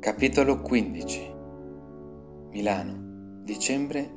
Capitolo 15. Milano, dicembre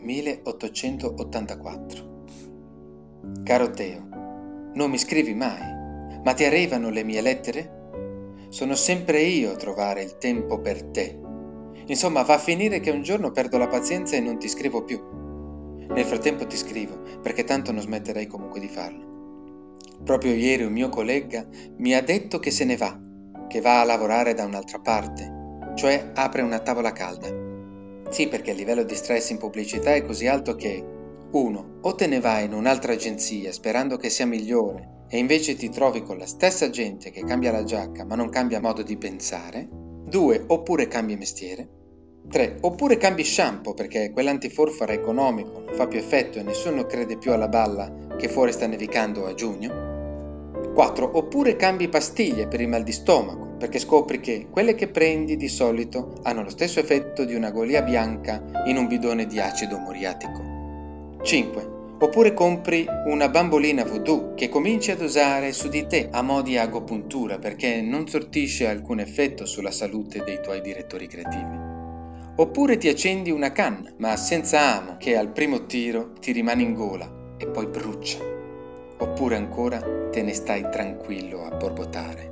1884. Caro Teo, non mi scrivi mai, ma ti arrivano le mie lettere? Sono sempre io a trovare il tempo per te. Insomma, va a finire che un giorno perdo la pazienza e non ti scrivo più. Nel frattempo ti scrivo, perché tanto non smetterei comunque di farlo. Proprio ieri un mio collega mi ha detto che se ne va, che va a lavorare da un'altra parte, cioè apre una tavola calda. Sì, perché il livello di stress in pubblicità è così alto che 1. O te ne vai in un'altra agenzia sperando che sia migliore e invece ti trovi con la stessa gente che cambia la giacca ma non cambia modo di pensare. 2. Oppure cambi mestiere. 3. Oppure cambi shampoo perché quell'antiforfara economico non fa più effetto e nessuno crede più alla balla che fuori sta nevicando a giugno. 4. Oppure cambi pastiglie per il mal di stomaco perché scopri che quelle che prendi di solito hanno lo stesso effetto di una golia bianca in un bidone di acido muriatico. 5. Oppure compri una bambolina voodoo che cominci ad usare su di te a mo' di agopuntura perché non sortisce alcun effetto sulla salute dei tuoi direttori creativi. Oppure ti accendi una canna, ma senza amo, che al primo tiro ti rimane in gola e poi brucia. Oppure ancora te ne stai tranquillo a borbottare.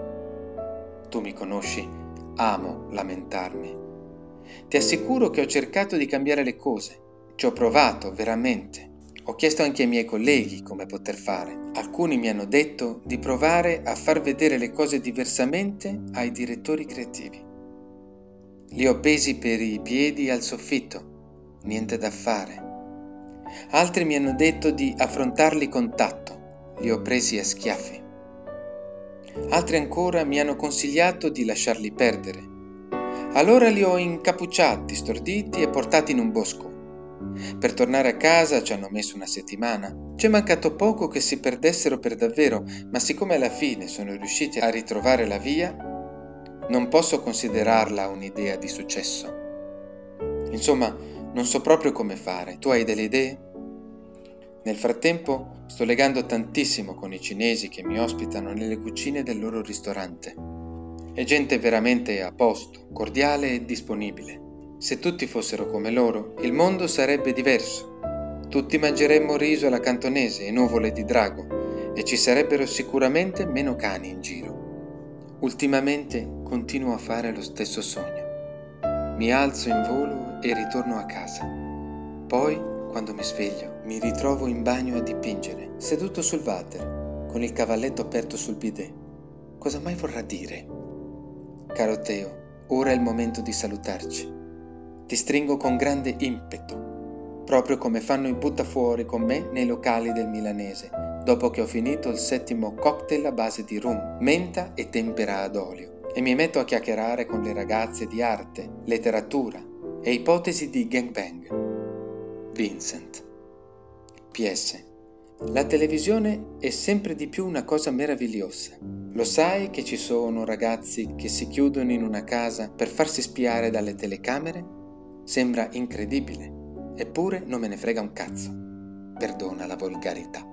Tu mi conosci, amo lamentarmi. Ti assicuro che ho cercato di cambiare le cose. Ci ho provato, veramente. Ho chiesto anche ai miei colleghi come poter fare. Alcuni mi hanno detto di provare a far vedere le cose diversamente ai direttori creativi. Li ho pesi per i piedi al soffitto, niente da fare. Altri mi hanno detto di affrontarli con tatto, li ho presi a schiaffi. Altri ancora mi hanno consigliato di lasciarli perdere. Allora li ho incappucciati, storditi e portati in un bosco. Per tornare a casa ci hanno messo una settimana. C'è mancato poco che si perdessero per davvero, ma siccome alla fine sono riusciti a ritrovare la via, non posso considerarla un'idea di successo. Insomma, non so proprio come fare. Tu hai delle idee? Nel frattempo sto legando tantissimo con i cinesi che mi ospitano nelle cucine del loro ristorante. È gente veramente a posto, cordiale e disponibile. Se tutti fossero come loro, il mondo sarebbe diverso. Tutti mangeremmo riso alla cantonese e nuvole di drago e ci sarebbero sicuramente meno cani in giro. Ultimamente continuo a fare lo stesso sogno. Mi alzo in volo e ritorno a casa. Poi, quando mi sveglio, mi ritrovo in bagno a dipingere, seduto sul water, con il cavalletto aperto sul bidet. Cosa mai vorrà dire? Caro Teo, ora è il momento di salutarci. Ti stringo con grande impeto, proprio come fanno i buttafuori con me nei locali del milanese, dopo che ho finito il 7° cocktail a base di rum, menta e tempera ad olio, e mi metto a chiacchierare con le ragazze di arte, letteratura e ipotesi di gangbang. Vincent. PS. La televisione è sempre di più una cosa meravigliosa. Lo sai che ci sono ragazzi che si chiudono in una casa per farsi spiare dalle telecamere? Sembra incredibile, eppure non me ne frega un cazzo. Perdona la volgarità.